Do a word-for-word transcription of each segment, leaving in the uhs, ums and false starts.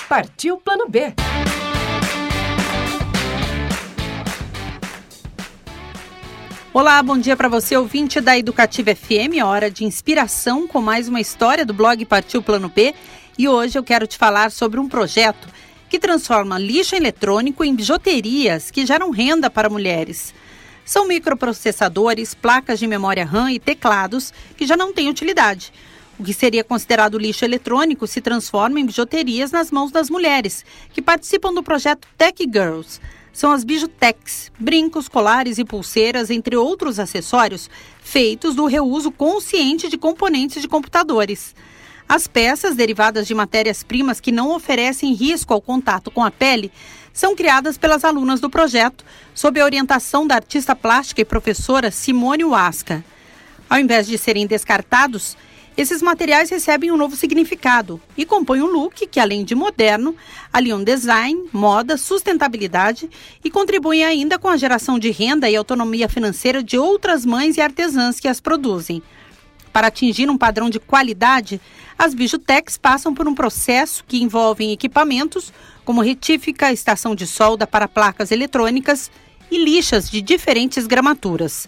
Partiu Plano B. Olá, bom dia para você, ouvinte da Educativa F M, hora de inspiração com mais uma história do blog Partiu Plano B. E hoje eu quero te falar sobre um projeto que transforma lixo eletrônico em bijuterias que geram renda para mulheres. São microprocessadores, placas de memória RAM e teclados que já não têm utilidade. O que seria considerado lixo eletrônico se transforma em bijuterias nas mãos das mulheres, que participam do projeto Tech Girls. São as bijutecs, brincos, colares e pulseiras, entre outros acessórios, feitos do reuso consciente de componentes de computadores. As peças, derivadas de matérias-primas que não oferecem risco ao contato com a pele, são criadas pelas alunas do projeto, sob a orientação da artista plástica e professora Simone Huasca. Ao invés de serem descartados, esses materiais recebem um novo significado e compõem um look que, além de moderno, aliam design, moda, sustentabilidade e contribuem ainda com a geração de renda e autonomia financeira de outras mães e artesãs que as produzem. Para atingir um padrão de qualidade, as bijutecs passam por um processo que envolve equipamentos como retífica, estação de solda para placas eletrônicas e lixas de diferentes gramaturas.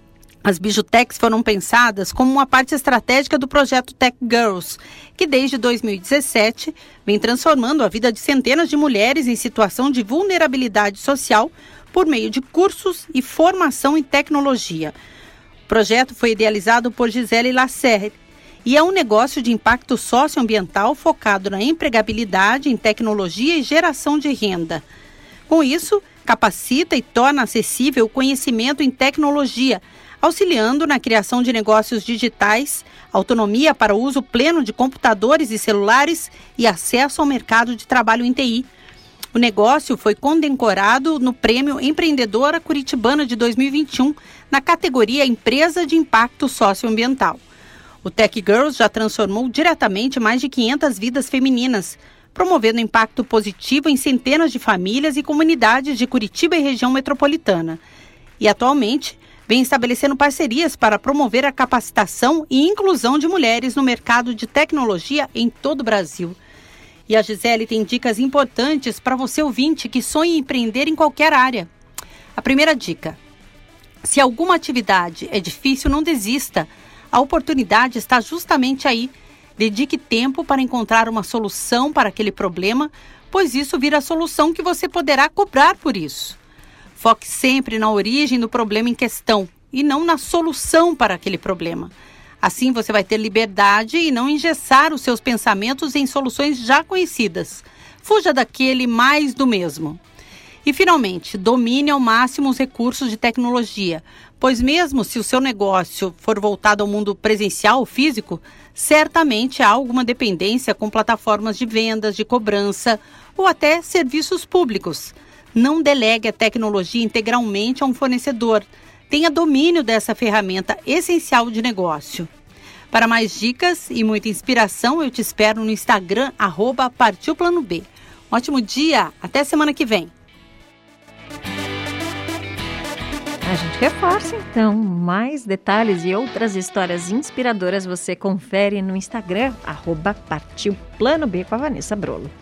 As bijutecs foram pensadas como uma parte estratégica do projeto Tech Girls, que desde dois mil e dezessete vem transformando a vida de centenas de mulheres em situação de vulnerabilidade social por meio de cursos e formação em tecnologia. O projeto foi idealizado por Gisele Lasserre e é um negócio de impacto socioambiental focado na empregabilidade em tecnologia e geração de renda. Com isso, capacita e torna acessível o conhecimento em tecnologia, auxiliando na criação de negócios digitais, autonomia para o uso pleno de computadores e celulares e acesso ao mercado de trabalho em T I. O negócio foi condecorado no Prêmio Empreendedora Curitibana de dois mil e vinte e um, na categoria Empresa de Impacto Socioambiental. O Tech Girls já transformou diretamente mais de quinhentas vidas femininas, promovendo impacto positivo em centenas de famílias e comunidades de Curitiba e região metropolitana. E atualmente vem estabelecendo parcerias para promover a capacitação e inclusão de mulheres no mercado de tecnologia em todo o Brasil. E a Gisele tem dicas importantes para você ouvinte que sonha em empreender em qualquer área. A primeira dica: se alguma atividade é difícil, não desista. A oportunidade está justamente aí. Dedique tempo para encontrar uma solução para aquele problema, pois isso vira a solução que você poderá cobrar por isso. Foque sempre na origem do problema em questão e não na solução para aquele problema. Assim você vai ter liberdade e não engessar os seus pensamentos em soluções já conhecidas. Fuja daquele mais do mesmo. E, finalmente, domine ao máximo os recursos de tecnologia, pois mesmo se o seu negócio for voltado ao mundo presencial ou físico, certamente há alguma dependência com plataformas de vendas, de cobrança ou até serviços públicos. Não delegue a tecnologia integralmente a um fornecedor. Tenha domínio dessa ferramenta essencial de negócio. Para mais dicas e muita inspiração, eu te espero no Instagram, arroba Partiu Plano B. Um ótimo dia, até semana que vem. A gente reforça, então, mais detalhes e outras histórias inspiradoras você confere no Instagram, arroba Partiu Plano B com a Vanessa Brolo.